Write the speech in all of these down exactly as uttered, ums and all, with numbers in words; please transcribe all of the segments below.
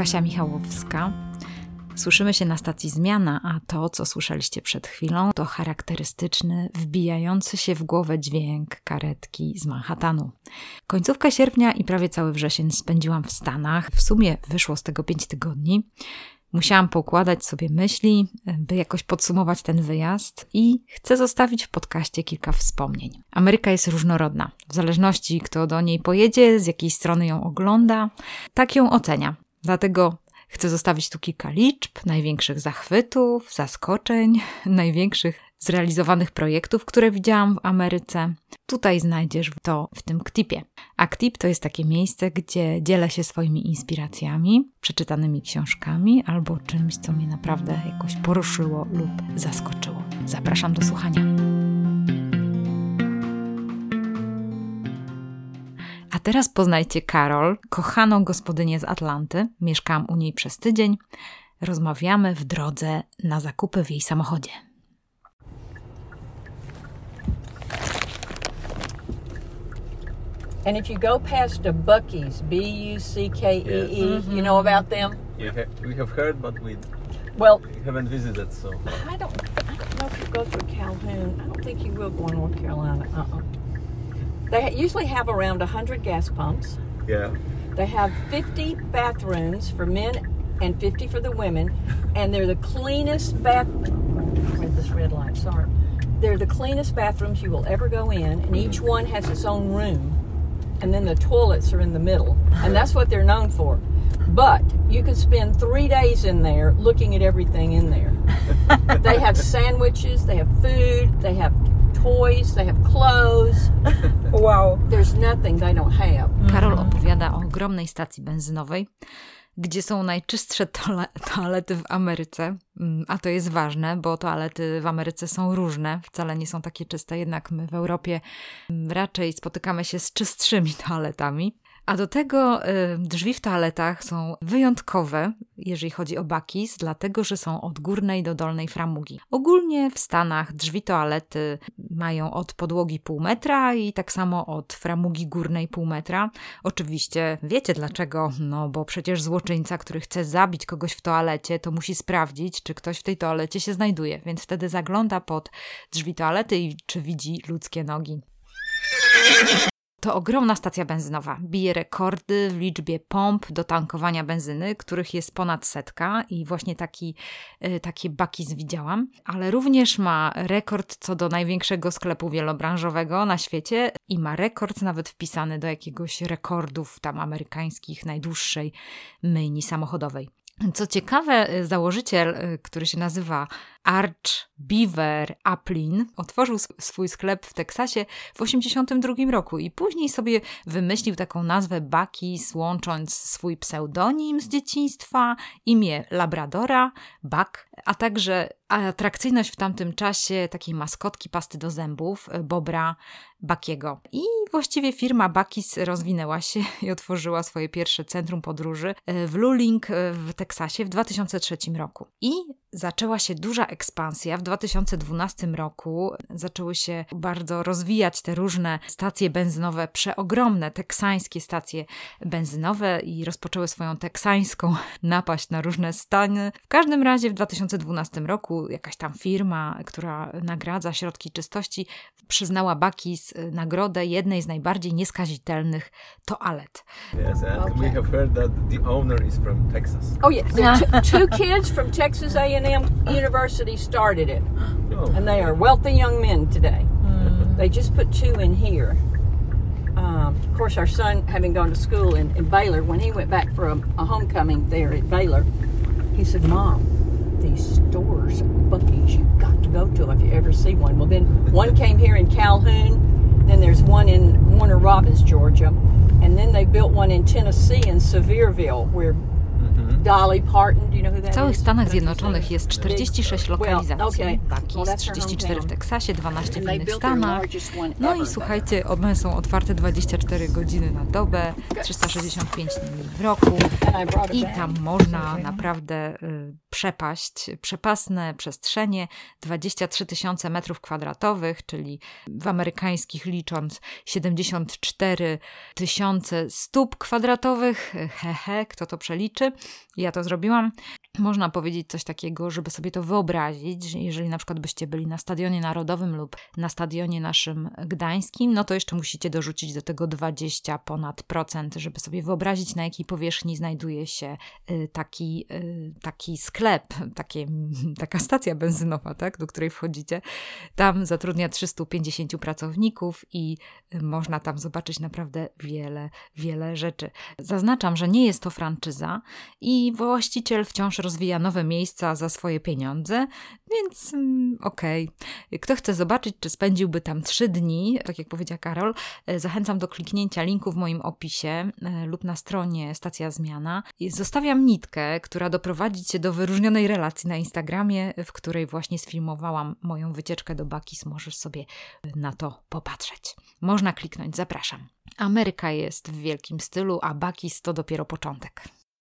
Kasia Michałowska. Słyszymy się na stacji Zmiana, a to, co słyszeliście przed chwilą, to charakterystyczny, wbijający się w głowę dźwięk karetki z Manhattanu. Końcówkę sierpnia i prawie cały wrzesień spędziłam w Stanach. W sumie wyszło z tego pięć tygodni. Musiałam poukładać sobie myśli, by jakoś podsumować ten wyjazd i chcę zostawić w podcaście kilka wspomnień. Ameryka jest różnorodna. W zależności kto do niej pojedzie, z jakiej strony ją ogląda, tak ją ocenia. Dlatego chcę zostawić tu kilka liczb, największych zachwytów, zaskoczeń, największych zrealizowanych projektów, które widziałam w Ameryce. Tutaj znajdziesz to w tym ktipie. A ktip to jest takie miejsce, gdzie dzielę się swoimi inspiracjami, przeczytanymi książkami albo czymś, co mnie naprawdę jakoś poruszyło lub zaskoczyło. Zapraszam do słuchania. A teraz poznajcie Karol, kochaną gospodynię z Atlanty. Mieszkałam u niej przez tydzień. Rozmawiamy w drodze na zakupy w jej samochodzie. And if you go past a Buc-ee's, B U C K E E, yes. mm-hmm. you know about them? You ha- we have heard, but we well haven't visited, so... I don't, I don't know if you go through Calhoun. I don't think you will go in North Carolina. Uh-uh. They usually have around one hundred gas pumps. Yeah. They have fifty bathrooms for men and fifty for the women. And they're the cleanest bath... Where's this red light? Sorry. They're the cleanest bathrooms you will ever go in. And each one has its own room. And then the toilets are in the middle. And that's what they're known for. But you could spend three days in there looking at everything in there. They have sandwiches, they have food, they have toys, they have clothes. Wow. There's nothing they don't have. Karol opowiada o ogromnej stacji benzynowej, gdzie są najczystsze toale- toalety w Ameryce. A to jest ważne, bo toalety w Ameryce są różne, wcale nie są takie czyste, jednak my w Europie raczej spotykamy się z czystszymi toaletami. A do tego y, drzwi w toaletach są wyjątkowe, jeżeli chodzi o Buc-ee's, dlatego że są od górnej do dolnej framugi. Ogólnie w Stanach drzwi toalety mają od podłogi pół metra i tak samo od framugi górnej pół metra. Oczywiście wiecie dlaczego, no bo przecież złoczyńca, który chce zabić kogoś w toalecie, to musi sprawdzić, czy ktoś w tej toalecie się znajduje, więc wtedy zagląda pod drzwi toalety i czy widzi ludzkie nogi. To ogromna stacja benzynowa. Bije rekordy w liczbie pomp do tankowania benzyny, których jest ponad setka i właśnie taki, takie Buc-ee's widziałam. Ale również ma rekord co do największego sklepu wielobranżowego na świecie i ma rekord nawet wpisany do jakiegoś rekordów tam amerykańskich najdłuższej myjni samochodowej. Co ciekawe, założyciel, który się nazywa Arch Beaver Aplin, otworzył swój sklep w Teksasie w osiemdziesiątym drugim roku i później sobie wymyślił taką nazwę Buc-ee's, łącząc swój pseudonim z dzieciństwa, imię Labradora, Buck, a także atrakcyjność w tamtym czasie takiej maskotki pasty do zębów, Bobra Buckiego. I właściwie firma Buc-ee's rozwinęła się i otworzyła swoje pierwsze centrum podróży w Luling w Teksasie w dwa tysiące trzecim roku. I zaczęła się duża ekspansja. W dwa tysiące dwunastym roku zaczęły się bardzo rozwijać te różne stacje benzynowe, przeogromne teksańskie stacje benzynowe i rozpoczęły swoją teksańską napaść na różne stany. W każdym razie w dwa tysiące dwunastym roku jakaś tam firma, która nagradza środki czystości, przyznała Buc-ee's nagrodę jednej z najbardziej nieskazitelnych toalet. Yes, and okay. we have heard that the owner is from Texas. Oh yes, t- two kids from Texas A and M University started it. Oh. And they are wealthy young men today. Mm. They just put two in here. Um, of course, our son, having gone to school in, in Baylor, when he went back for a, a homecoming there at Baylor, he said, Mom, these stores, Buc-ee's, you've got to go to them if you ever see one. Well, then one came here in Calhoun, then there's one in Warner Robins, Georgia, and then they built one in Tennessee in Sevierville, where Dolly Parton, do you know who that w całych is? Stanach Zjednoczonych jest czterdzieści sześć lokalizacji. Buc-ee's, trzydzieści cztery w Teksasie, dwanaście w innych Stanach. No i słuchajcie, one są otwarte dwadzieścia cztery godziny na dobę, trzysta sześćdziesiąt pięć dni w roku i tam można naprawdę y, przepaść, przepasne przestrzenie, dwadzieścia trzy tysiące metrów kwadratowych, czyli w amerykańskich licząc siedemdziesiąt cztery tysiące stóp kwadratowych, hehe, kto to przeliczy. Ja to zrobiłam. Można powiedzieć coś takiego, żeby sobie to wyobrazić, że jeżeli na przykład byście byli na Stadionie Narodowym lub na stadionie naszym gdańskim, no to jeszcze musicie dorzucić do tego dwadzieścia ponad procent, żeby sobie wyobrazić, na jakiej powierzchni znajduje się taki, taki sklep, takie, taka stacja benzynowa, tak, do której wchodzicie. Tam zatrudnia trzystu pięćdziesięciu pracowników i można tam zobaczyć naprawdę wiele, wiele rzeczy. Zaznaczam, że nie jest to franczyza i właściciel wciąż rozwija nowe miejsca za swoje pieniądze, więc mm, okej. Okay. Kto chce zobaczyć, czy spędziłby tam trzy dni, tak jak powiedziała Karol, zachęcam do kliknięcia linku w moim opisie lub na stronie Stacja Zmiana. Zostawiam nitkę, która doprowadzi cię do wyróżnionej relacji na Instagramie, w której właśnie sfilmowałam moją wycieczkę do Buc-ee's. Możesz sobie na to popatrzeć. Można kliknąć, zapraszam. Ameryka jest w wielkim stylu, a Buc-ee's to dopiero początek.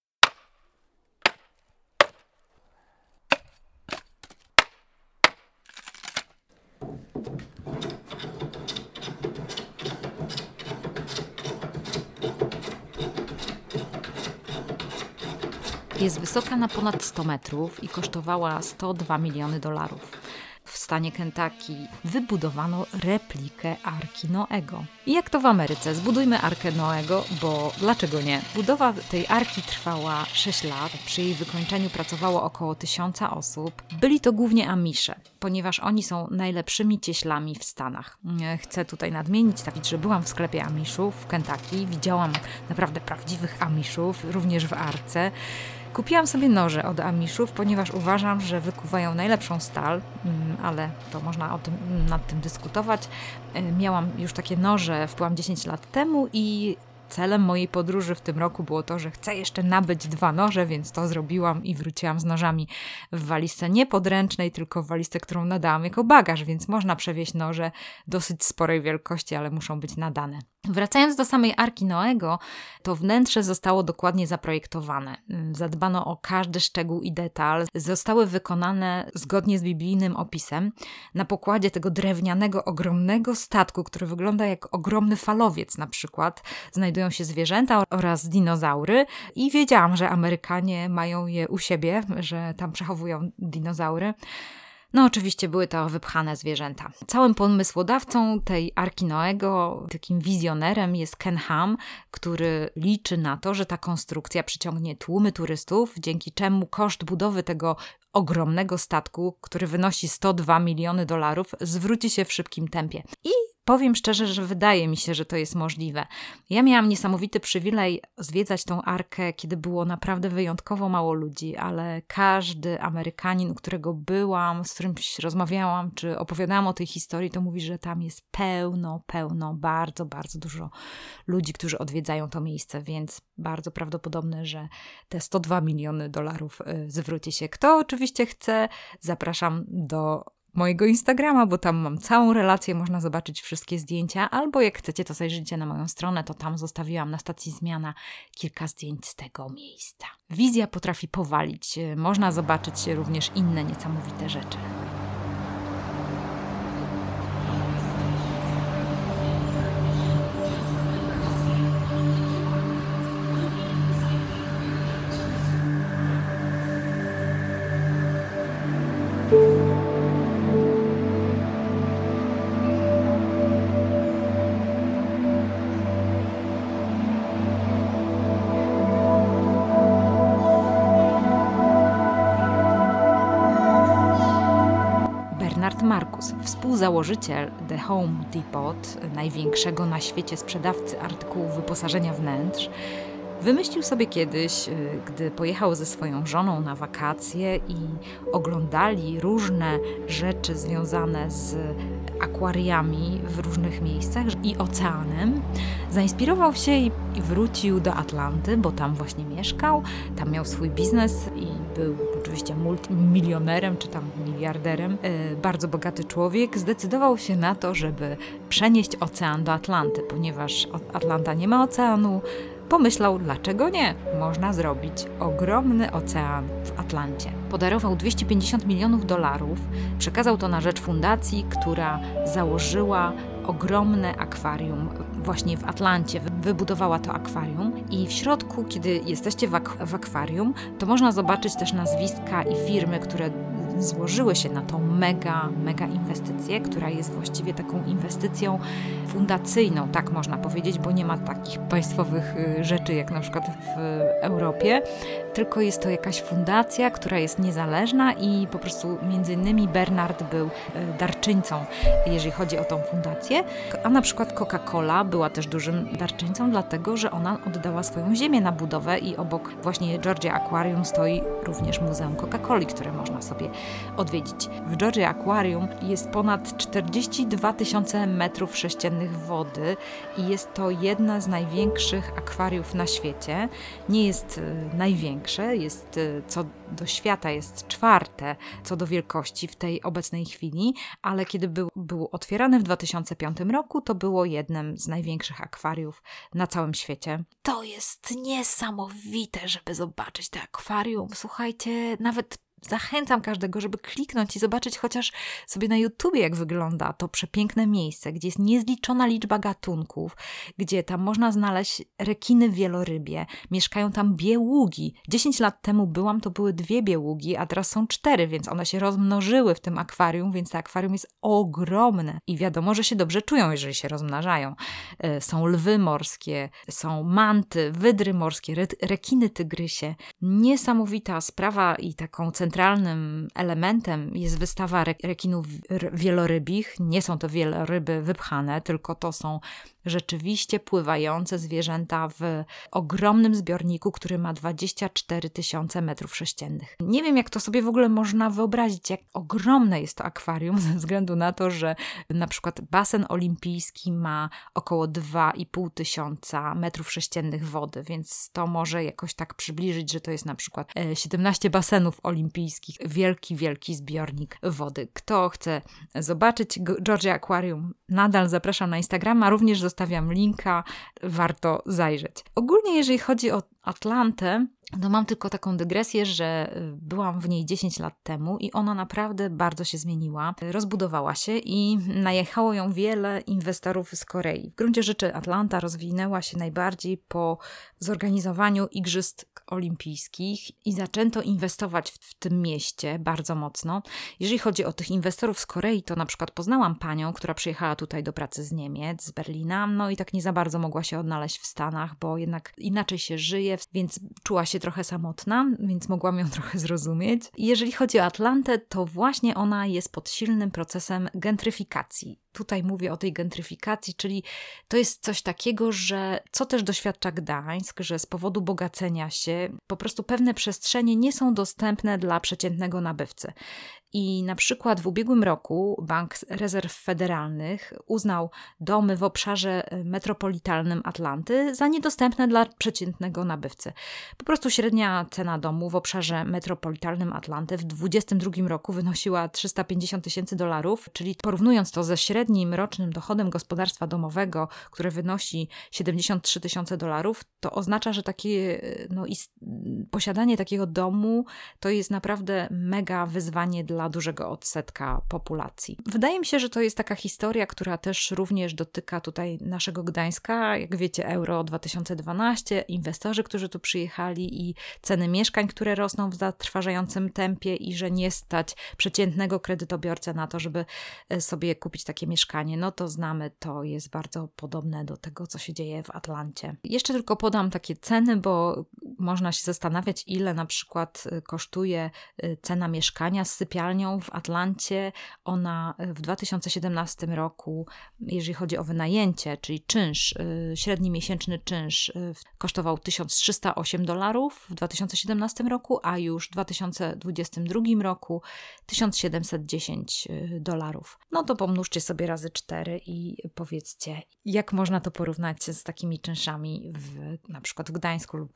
Jest wysoka na ponad sto metrów i kosztowała sto dwa miliony dolarów. W stanie Kentucky wybudowano replikę Arki Noego. I jak to w Ameryce? Zbudujmy Arkę Noego, bo dlaczego nie? Budowa tej arki trwała sześć lat. Przy jej wykończeniu pracowało około tysiąca osób. Byli to głównie Amisze, ponieważ oni są najlepszymi cieślami w Stanach. Chcę tutaj nadmienić, tak, że byłam w sklepie Amishów w Kentucky. Widziałam naprawdę prawdziwych Amishów, również w Arce. Kupiłam sobie noże od Amishów, ponieważ uważam, że wykuwają najlepszą stal, ale to można o tym, nad tym dyskutować. Miałam już takie noże, wbyłam dziesięć lat temu i celem mojej podróży w tym roku było to, że chcę jeszcze nabyć dwa noże, więc to zrobiłam i wróciłam z nożami w walizce nie podręcznej, tylko w walizce, którą nadałam jako bagaż, więc można przewieźć noże dosyć sporej wielkości, ale muszą być nadane. Wracając do samej Arki Noego, to wnętrze zostało dokładnie zaprojektowane. Zadbano o każdy szczegół i detal. Zostały wykonane zgodnie z biblijnym opisem. Na pokładzie tego drewnianego, ogromnego statku, który wygląda jak ogromny falowiec na przykład, znajdują się zwierzęta oraz dinozaury i wiedziałam, że Amerykanie mają je u siebie, że tam przechowują dinozaury. No oczywiście były to wypchane zwierzęta. Całym pomysłodawcą tej Arki Noego, takim wizjonerem jest Ken Ham, który liczy na to, że ta konstrukcja przyciągnie tłumy turystów, dzięki czemu koszt budowy tego ogromnego statku, który wynosi sto dwa miliony dolarów, zwróci się w szybkim tempie. I powiem szczerze, że wydaje mi się, że to jest możliwe. Ja miałam niesamowity przywilej zwiedzać tą Arkę, kiedy było naprawdę wyjątkowo mało ludzi, ale każdy Amerykanin, u którego byłam, z którym rozmawiałam, czy opowiadałam o tej historii, to mówi, że tam jest pełno, pełno, bardzo, bardzo dużo ludzi, którzy odwiedzają to miejsce, więc bardzo prawdopodobne, że te sto dwa miliony dolarów zwróci się. Kto oczywiście chce, zapraszam do mojego Instagrama, bo tam mam całą relację, można zobaczyć wszystkie zdjęcia, albo jak chcecie, to zajrzyjcie na moją stronę, to tam zostawiłam na stacji Zmiana kilka zdjęć z tego miejsca. Wizja potrafi powalić, można zobaczyć również inne niesamowite rzeczy. Marcus, współzałożyciel The Home Depot, największego na świecie sprzedawcy artykułów wyposażenia wnętrz, wymyślił sobie kiedyś, gdy pojechał ze swoją żoną na wakacje i oglądali różne rzeczy związane z akwariami w różnych miejscach i oceanem, zainspirował się i wrócił do Atlanty, bo tam właśnie mieszkał, tam miał swój biznes i był oczywiście multimilionerem czy tam miliarderem. Bardzo bogaty człowiek zdecydował się na to, żeby przenieść ocean do Atlanty, ponieważ Atlanta nie ma oceanu. Pomyślał, dlaczego nie? Można zrobić ogromny ocean w Atlancie. Podarował dwieście pięćdziesiąt milionów dolarów, przekazał to na rzecz fundacji, która założyła ogromne akwarium właśnie w Atlancie wybudowała to akwarium i w środku, kiedy jesteście w, ak- w akwarium, to można zobaczyć też nazwiska i firmy, które złożyły się na tą mega, mega inwestycję, która jest właściwie taką inwestycją fundacyjną, tak można powiedzieć, bo nie ma takich państwowych rzeczy jak na przykład w Europie, tylko jest to jakaś fundacja, która jest niezależna i po prostu między innymi Bernard był darczyńcą, jeżeli chodzi o tą fundację, a na przykład Coca-Cola była też dużym darczyńcą, dlatego, że ona oddała swoją ziemię na budowę i obok właśnie Georgia Aquarium stoi również Muzeum Coca-Coli, które można sobie odwiedzić. W Georgia Aquarium jest ponad czterdzieści dwa tysiące metrów sześciennych wody i jest to jedna z największych akwariów na świecie. Nie jest y, największe, jest y, co do świata jest czwarte co do wielkości w tej obecnej chwili, ale kiedy był, był otwierany w dwa tysiące piątym roku, to było jednym z największych akwariów na całym świecie. To jest niesamowite, żeby zobaczyć te akwarium. Słuchajcie, nawet zachęcam każdego, żeby kliknąć i zobaczyć chociaż sobie na YouTubie, jak wygląda to przepiękne miejsce, gdzie jest niezliczona liczba gatunków, gdzie tam można znaleźć rekiny wielorybie, mieszkają tam bieługi. dziesięć lat temu byłam, to były dwie bieługi, a teraz są cztery, więc one się rozmnożyły w tym akwarium, więc to akwarium jest ogromne i wiadomo, że się dobrze czują, jeżeli się rozmnażają. Są lwy morskie, są manty, wydry morskie, re- rekiny tygrysie. Niesamowita sprawa i taką centralnym elementem jest wystawa re- rekinów wielorybich. Nie są to wieloryby wypchane, tylko to są rzeczywiście pływające zwierzęta w ogromnym zbiorniku, który ma dwadzieścia cztery tysiące metrów sześciennych. Nie wiem, jak to sobie w ogóle można wyobrazić, jak ogromne jest to akwarium, ze względu na to, że na przykład basen olimpijski ma około dwa i pół tysiąca metrów sześciennych wody, więc to może jakoś tak przybliżyć, że to jest na przykład siedemnaście basenów olimpijskich. Wielki, wielki zbiornik wody. Kto chce zobaczyć Georgia Aquarium, nadal zapraszam na Instagrama, również zostawiam linka, warto zajrzeć. Ogólnie jeżeli chodzi o Atlantę, no mam tylko taką dygresję, że byłam w niej dziesięć lat temu i ona naprawdę bardzo się zmieniła. Rozbudowała się i najechało ją wiele inwestorów z Korei. W gruncie rzeczy Atlanta rozwinęła się najbardziej po zorganizowaniu Igrzysk Olimpijskich i zaczęto inwestować w, w tym mieście bardzo mocno. Jeżeli chodzi o tych inwestorów z Korei, to na przykład poznałam panią, która przyjechała tutaj do pracy z Niemiec, z Berlina, no i tak nie za bardzo mogła się odnaleźć w Stanach, bo jednak inaczej się żyje, więc czuła się trochę samotna, więc mogłam ją trochę zrozumieć. I jeżeli chodzi o Atlantę, to właśnie ona jest pod silnym procesem gentryfikacji. Tutaj mówię o tej gentryfikacji, czyli to jest coś takiego, że co też doświadcza Gdańsk, że z powodu bogacenia się po prostu pewne przestrzenie nie są dostępne dla przeciętnego nabywcy. I na przykład w ubiegłym roku Bank Rezerw Federalnych uznał domy w obszarze metropolitalnym Atlanty za niedostępne dla przeciętnego nabywcy. Po prostu średnia cena domu w obszarze metropolitalnym Atlanty w dwudziestym drugim roku wynosiła trzysta pięćdziesiąt tysięcy dolarów, czyli porównując to ze średnim rocznym dochodem gospodarstwa domowego, które wynosi siedemdziesiąt trzy tysiące dolarów, to oznacza, że takie, no, posiadanie takiego domu to jest naprawdę mega wyzwanie dla dużego odsetka populacji. Wydaje mi się, że to jest taka historia, która też również dotyka tutaj naszego Gdańska. Jak wiecie, Euro dwa tysiące dwanaście, inwestorzy, którzy tu przyjechali i ceny mieszkań, które rosną w zatrważającym tempie i że nie stać przeciętnego kredytobiorcę na to, żeby sobie kupić takie mieszkanie. No to znamy, to jest bardzo podobne do tego, co się dzieje w Atlancie. Jeszcze tylko podam takie ceny, bo można się zastanawiać, ile na przykład kosztuje cena mieszkania z sypialnią w Atlancie. Ona w dwa tysiące siedemnastym roku, jeżeli chodzi o wynajęcie, czyli czynsz, średni miesięczny czynsz kosztował tysiąc trzysta osiem dolarów w dwa tysiące siedemnastym roku, a już w dwa tysiące dwudziestym drugim roku tysiąc siedemset dziesięć dolarów. No to pomnóżcie sobie razy cztery i powiedzcie, jak można to porównać z takimi czynszami w, na przykład w Gdańsku lub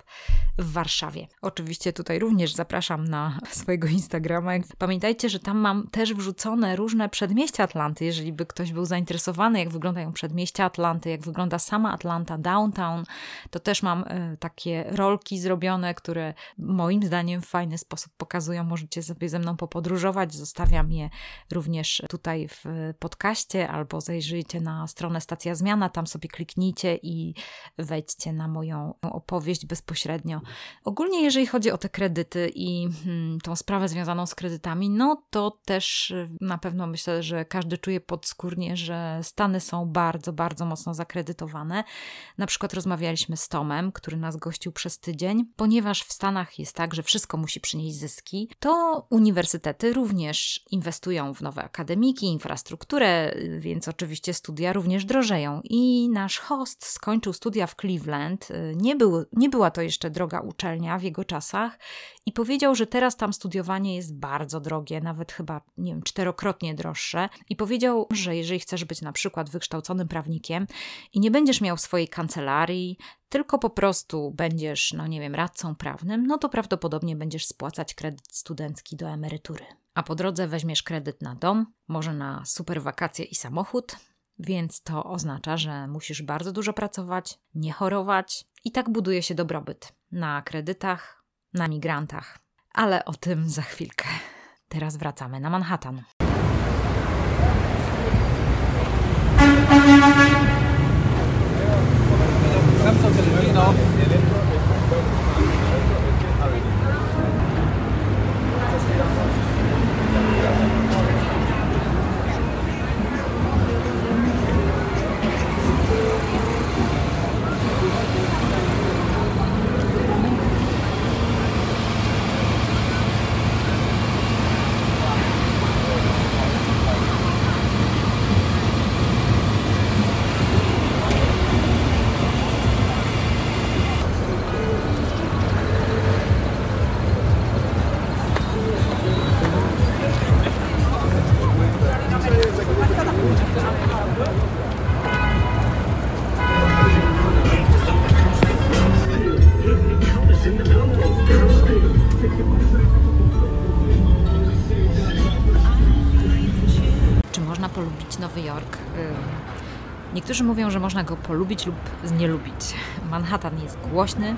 w Warszawie. Oczywiście tutaj również zapraszam na swojego Instagrama. Pamiętajcie, że tam mam też wrzucone różne przedmieścia Atlanty, jeżeli by ktoś był zainteresowany, jak wyglądają przedmieścia Atlanty, jak wygląda sama Atlanta, downtown, to też mam y, takie rolki zrobione, które moim zdaniem w fajny sposób pokazują. Możecie sobie ze mną popodróżować. Zostawiam je również tutaj w podcaście albo zajrzyjcie na stronę Stacja Zmiana, tam sobie kliknijcie i wejdźcie na moją opowieść bezpośrednio. Ogólnie jeżeli chodzi o te kredyty i hmm, tą sprawę związaną z kredytami, no to też na pewno myślę, że każdy czuje podskórnie, że Stany są bardzo, bardzo mocno zakredytowane. Na przykład rozmawialiśmy z Tomem, który nas gościł przez tydzień, ponieważ w Stanach jest tak, że wszystko musi przynieść zyski, to uniwersytety również inwestują w nowe akademiki, infrastrukturę, więc oczywiście studia również drożeją. I nasz host skończył studia w Cleveland. Nie, był, nie była to jeszcze droga uczelnia w jego czasach i powiedział, że teraz tam studiowanie jest bardzo drogie, nawet chyba, nie wiem, czterokrotnie droższe. I powiedział, że jeżeli chcesz być na przykład wykształconym prawnikiem i nie będziesz miał swojej kancelarii, tylko po prostu będziesz, no nie wiem, radcą prawnym, no to prawdopodobnie będziesz spłacać kredyt studencki do emerytury. A po drodze weźmiesz kredyt na dom, może na super wakacje i samochód, więc to oznacza, że musisz bardzo dużo pracować, nie chorować i tak buduje się dobrobyt na kredytach, na migrantach. Ale o tym za chwilkę. Teraz wracamy na Manhattan. Nowy Jork. Niektórzy mówią, że można go polubić lub znielubić. Manhattan jest głośny,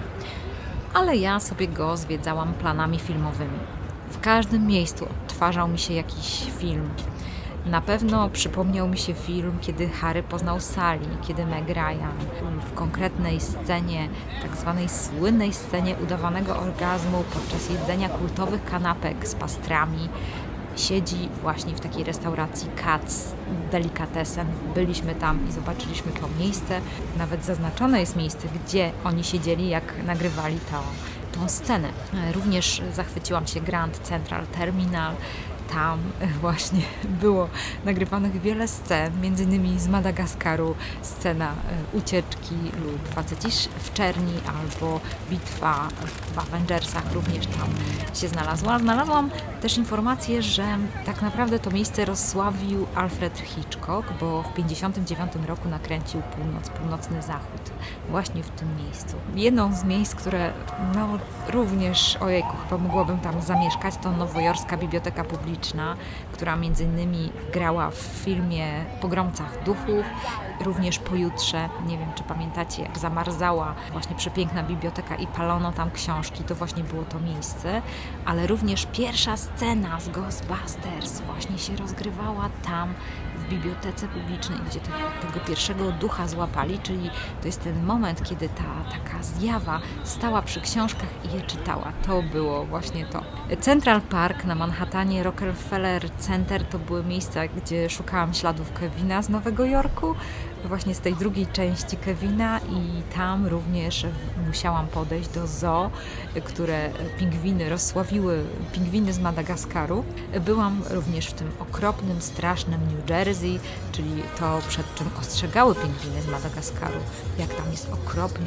ale ja sobie go zwiedzałam planami filmowymi. W każdym miejscu odtwarzał mi się jakiś film. Na pewno przypomniał mi się film, kiedy Harry poznał Sally, kiedy Meg Ryan w konkretnej scenie, tak zwanej słynnej scenie udawanego orgazmu podczas jedzenia kultowych kanapek z pastrami, siedzi właśnie w takiej restauracji Katz Delicatessen. Byliśmy tam i zobaczyliśmy to miejsce. Nawet zaznaczone jest miejsce, gdzie oni siedzieli, jak nagrywali to, tą scenę. Również zachwyciłam się Grand Central Terminal. Tam właśnie było nagrywanych wiele scen, między innymi z Madagaskaru, scena ucieczki lub Faceci w czerni albo bitwa w Avengersach również tam się znalazła. Znalazłam też informację, że tak naprawdę to miejsce rozsławił Alfred Hitchcock, bo w pięćdziesiątym dziewiątym roku nakręcił Północ, Północny Zachód właśnie w tym miejscu. Jedną z miejsc, które no również, ojejku, chyba mogłabym tam zamieszkać, to nowojorska Biblioteka Publiczna, która między innymi grała w filmie Pogromcach Duchów, również Pojutrze. Nie wiem, czy pamiętacie, jak zamarzała właśnie przepiękna biblioteka i palono tam książki, to właśnie było to miejsce, ale również pierwsza scena z Ghostbusters właśnie się rozgrywała tam w bibliotece publicznej, gdzie te, tego pierwszego ducha złapali, czyli to jest ten moment, kiedy ta taka zjawa stała przy książkach i je czytała. To było właśnie to. Central Park na Manhattanie, Rockefeller Center to były miejsca, gdzie szukałam śladów Kevina z Nowego Jorku, właśnie z tej drugiej części Kevina i tam również musiałam podejść do zoo, które pingwiny rozsławiły, pingwiny z Madagaskaru. Byłam również w tym okropnym, strasznym New Jersey, czyli to, przed czym ostrzegały pingwiny z Madagaskaru, jak tam jest okropnie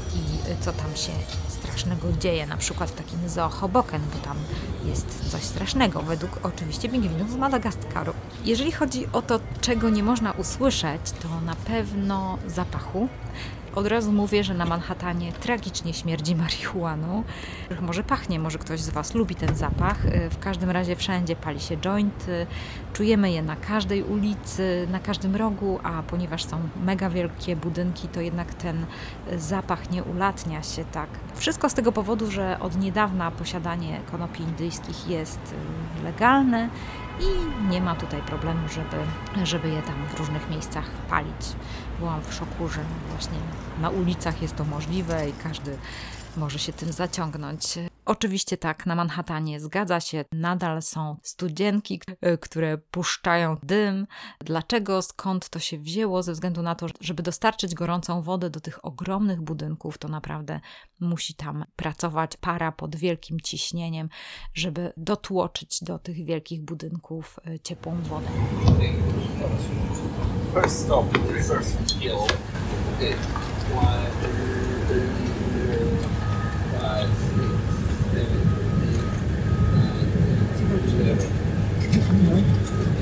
i co tam się strasznego dzieje, na przykład w takim zoo Hoboken, bo tam jest coś strasznego, według oczywiście pingwinów z Madagaskaru. Jeżeli chodzi o to, czego nie można usłyszeć, to na pewno zapachu. Od razu mówię, że na Manhattanie tragicznie śmierdzi marihuaną. Może pachnie, może ktoś z Was lubi ten zapach. W każdym razie wszędzie pali się jointy. Czujemy je na każdej ulicy, na każdym rogu, a ponieważ są mega wielkie budynki, to jednak ten zapach nie ulatnia się tak. Wszystko z tego powodu, że od niedawna posiadanie konopi indyjskich jest legalne i nie ma tutaj problemu, żeby, żeby je tam w różnych miejscach palić. Byłam w szoku, że właśnie na ulicach jest to możliwe i każdy może się tym zaciągnąć. Oczywiście tak, na Manhattanie zgadza się, nadal są studzienki, które puszczają dym. Dlaczego, skąd to się wzięło? Ze względu na to, żeby dostarczyć gorącą wodę do tych ogromnych budynków, to naprawdę musi tam pracować para pod wielkim ciśnieniem, żeby dotłoczyć do tych wielkich budynków ciepłą wodę. First stop. First. Yes. Okay. One, two, three, four, five, six, seven, eight, nine, ten, eleven.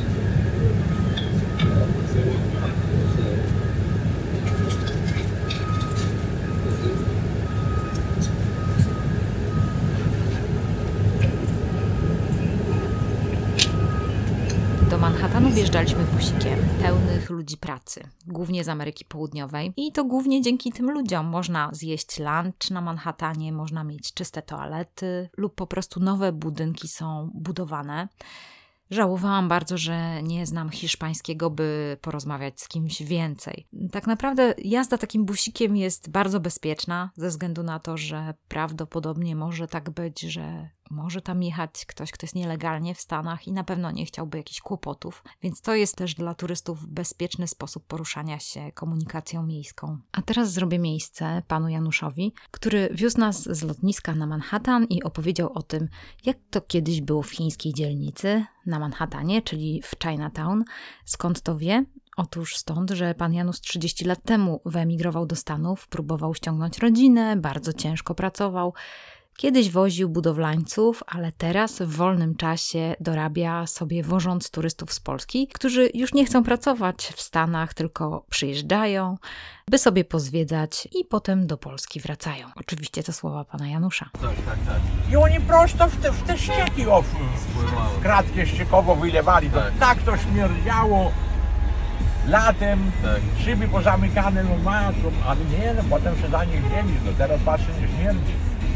Do Manhattanu wjeżdżaliśmy busikiem pełnych ludzi pracy, głównie z Ameryki Południowej. I to głównie dzięki tym ludziom można zjeść lunch na Manhattanie, można mieć czyste toalety lub po prostu nowe budynki są budowane. Żałowałam bardzo, że nie znam hiszpańskiego, by porozmawiać z kimś więcej. Tak naprawdę jazda takim busikiem jest bardzo bezpieczna, ze względu na to, że prawdopodobnie może tak być, że może tam jechać ktoś, kto jest nielegalnie w Stanach i na pewno nie chciałby jakichś kłopotów, więc to jest też dla turystów bezpieczny sposób poruszania się komunikacją miejską. A teraz zrobię miejsce panu Januszowi, który wiózł nas z lotniska na Manhattan i opowiedział o tym, jak to kiedyś było w chińskiej dzielnicy na Manhattanie, czyli w Chinatown. Skąd to wie? Otóż stąd, że pan Janusz trzydzieści lat temu wyemigrował do Stanów, próbował ściągnąć rodzinę, bardzo ciężko pracował. Kiedyś woził budowlańców, ale teraz w wolnym czasie dorabia sobie, wożąc turystów z Polski, którzy już nie chcą pracować w Stanach, tylko przyjeżdżają, by sobie pozwiedzać i potem do Polski wracają. Oczywiście to słowa pana Janusza. Tak, tak, tak. I oni prosto w te, w te ścieki o, w, w kratkę ściekowo wylewali. To Tak. tak to śmierdziało latem, Tak. szyby pozamykane, no matko, ale nie, no potem się za nich wzięli, no teraz patrzę, nie śmierdzi.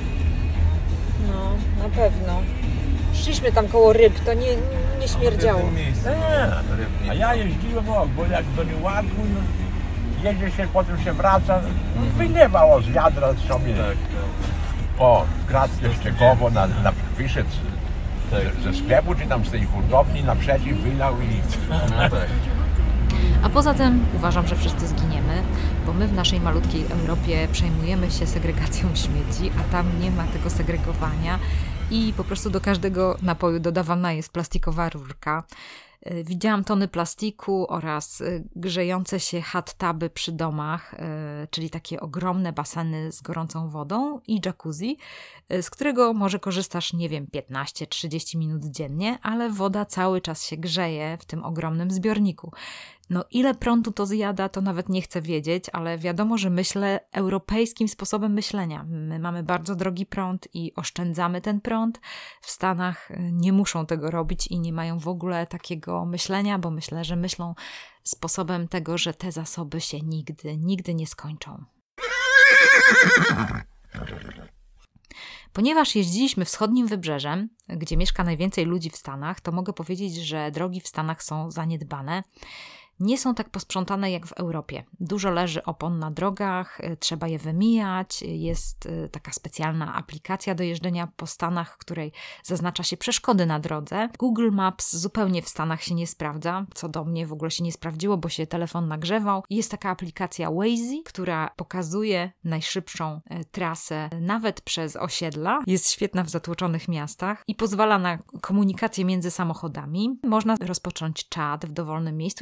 No, na pewno. Szliśmy tam koło ryb, to nie, nie śmierdziało. Nie. A ja jeździłem, o, bo jak do nieładku, no, jedzie się, potem się wraca, no, wylewało z wiadra sobie, Tak, tak. o, w kratkę ściekowo, na, na, wyszedł Tak. ze, ze sklepu, czy tam z tej hurtowni, naprzeciw wylał i... No tak. A poza tym uważam, że wszyscy zginiemy, bo my w naszej malutkiej Europie przejmujemy się segregacją śmieci, a tam nie ma tego segregowania i po prostu do każdego napoju dodawana jest plastikowa rurka. Widziałam tony plastiku oraz grzejące się hot tuby przy domach, czyli takie ogromne baseny z gorącą wodą i jacuzzi, z którego może korzystasz, nie wiem, piętnaście trzydzieści minut dziennie, ale woda cały czas się grzeje w tym ogromnym zbiorniku. No ile prądu to zjada, to nawet nie chcę wiedzieć, ale wiadomo, że myślę europejskim sposobem myślenia. My mamy bardzo drogi prąd i oszczędzamy ten prąd. W Stanach nie muszą tego robić i nie mają w ogóle takiego myślenia, bo myślę, że myślą sposobem tego, że te zasoby się nigdy, nigdy nie skończą. Ponieważ jeździliśmy wschodnim wybrzeżem, gdzie mieszka najwięcej ludzi w Stanach, to mogę powiedzieć, że drogi w Stanach są zaniedbane. Nie są tak posprzątane jak w Europie. Dużo leży opon na drogach, trzeba je wymijać. Jest taka specjalna aplikacja do jeżdżenia po Stanach, w której zaznacza się przeszkody na drodze. Google Maps zupełnie w Stanach się nie sprawdza, co do mnie w ogóle się nie sprawdziło, bo się telefon nagrzewał. Jest taka aplikacja Waze, która pokazuje najszybszą trasę nawet przez osiedla. Jest świetna w zatłoczonych miastach i pozwala na komunikację między samochodami. Można rozpocząć czat w dowolnym miejscu i na przykład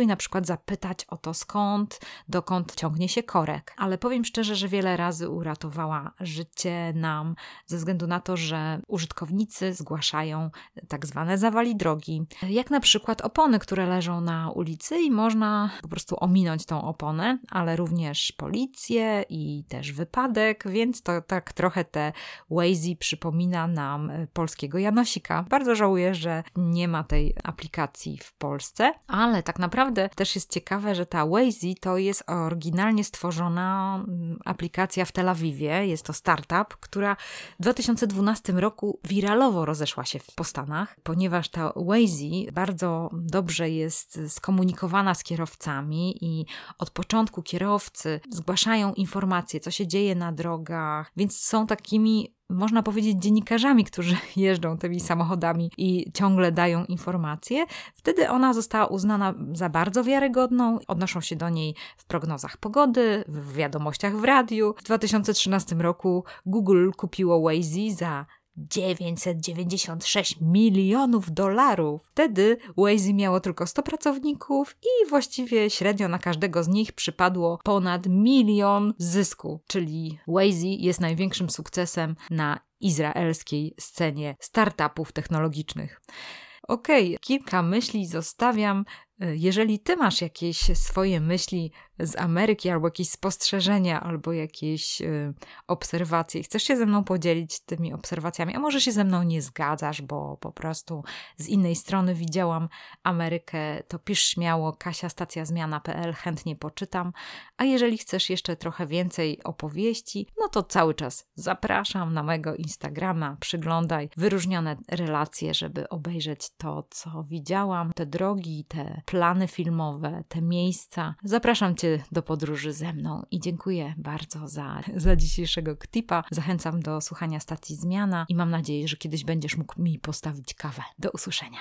przykład zapytać o to, skąd, dokąd ciągnie się korek. Ale powiem szczerze, że wiele razy uratowała życie nam ze względu na to, że użytkownicy zgłaszają tak zwane zawali drogi. Jak na przykład opony, które leżą na ulicy i można po prostu ominąć tą oponę, ale również policję i też wypadek, więc to tak trochę te Waze przypomina nam polskiego Janosika. Bardzo żałuję, że nie ma tej aplikacji w Polsce, ale tak naprawdę też jest ciekawe, że ta Waze to jest oryginalnie stworzona aplikacja w Tel Awiwie. Jest to startup, która w dwa tysiące dwunastym roku wiralowo rozeszła się po Stanach, ponieważ ta Waze bardzo dobrze jest skomunikowana z kierowcami i od początku kierowcy zgłaszają informacje, co się dzieje na drogach, więc są takimi, można powiedzieć, dziennikarzami, którzy jeżdżą tymi samochodami i ciągle dają informacje. Wtedy ona została uznana za bardzo wiarygodną. Odnoszą się do niej w prognozach pogody, w wiadomościach w radiu. W dwa tysiące trzynastym roku Google kupiło Waze za dziewięćset dziewięćdziesiąt sześć milionów dolarów. Wtedy Waze miało tylko sto pracowników i właściwie średnio na każdego z nich przypadło ponad milion zysku, czyli Waze jest największym sukcesem na izraelskiej scenie startupów technologicznych. Okej, okay, kilka myśli zostawiam. Jeżeli ty masz jakieś swoje myśli z Ameryki, albo jakieś spostrzeżenia, albo jakieś y, obserwacje, chcesz się ze mną podzielić tymi obserwacjami, a może się ze mną nie zgadzasz, bo po prostu z innej strony widziałam Amerykę, to pisz śmiało, kasia stacja zmiana kropka p l, chętnie poczytam. A jeżeli chcesz jeszcze trochę więcej opowieści, no to cały czas zapraszam na mojego Instagrama, przyglądaj wyróżnione relacje, żeby obejrzeć to, co widziałam, te drogi, te plany filmowe, te miejsca. Zapraszam Cię do podróży ze mną i dziękuję bardzo za, za dzisiejszego ktipa. Zachęcam do słuchania stacji Zmiana i mam nadzieję, że kiedyś będziesz mógł mi postawić kawę. Do usłyszenia.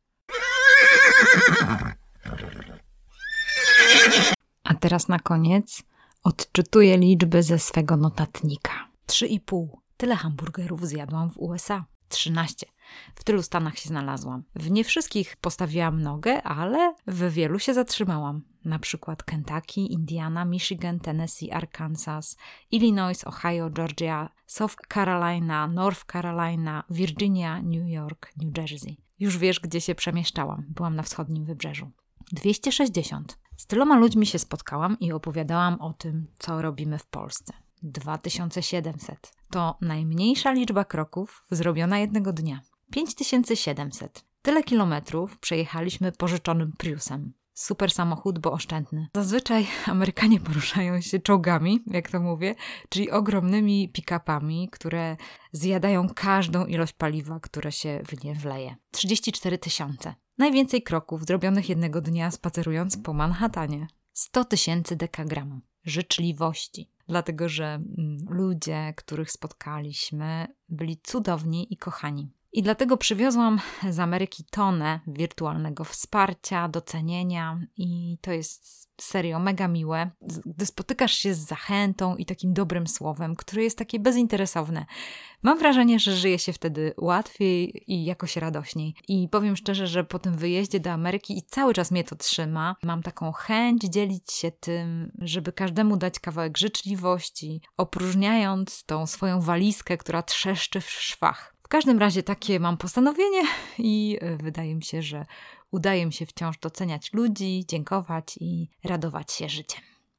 A teraz na koniec odczytuję liczby ze swego notatnika. Trzy i pół. Tyle hamburgerów zjadłam w U S A. trzynaście. W tylu stanach się znalazłam. W nie wszystkich postawiłam nogę, ale w wielu się zatrzymałam. Na przykład Kentucky, Indiana, Michigan, Tennessee, Arkansas, Illinois, Ohio, Georgia, South Carolina, North Carolina, Virginia, New York, New Jersey. Już wiesz, gdzie się przemieszczałam. Byłam na wschodnim wybrzeżu. dwieście sześćdziesiąt. Z tyloma ludźmi się spotkałam i opowiadałam o tym, co robimy w Polsce. dwa tysiące siedemset. To najmniejsza liczba kroków zrobiona jednego dnia. pięć tysięcy siedemset. Tyle kilometrów przejechaliśmy pożyczonym Priusem. Super samochód, bo oszczędny. Zazwyczaj Amerykanie poruszają się czołgami, jak to mówię, czyli ogromnymi pick-upami, które zjadają każdą ilość paliwa, które się w nie wleje. trzydzieści cztery tysiące. Najwięcej kroków zrobionych jednego dnia spacerując po Manhattanie. sto tysięcy dekagramu. Życzliwości. Dlatego, że mm, ludzie, których spotkaliśmy, byli cudowni i kochani. I dlatego przywiozłam z Ameryki tonę wirtualnego wsparcia, docenienia i to jest serio mega miłe, gdy spotykasz się z zachętą i takim dobrym słowem, które jest takie bezinteresowne. Mam wrażenie, że żyje się wtedy łatwiej i jakoś radośniej. I powiem szczerze, że po tym wyjeździe do Ameryki i cały czas mnie to trzyma, mam taką chęć dzielić się tym, żeby każdemu dać kawałek życzliwości, opróżniając tą swoją walizkę, która trzeszczy w szwach. W każdym razie takie mam postanowienie i wydaje mi się, że udaje mi się wciąż doceniać ludzi, dziękować i radować się życiem.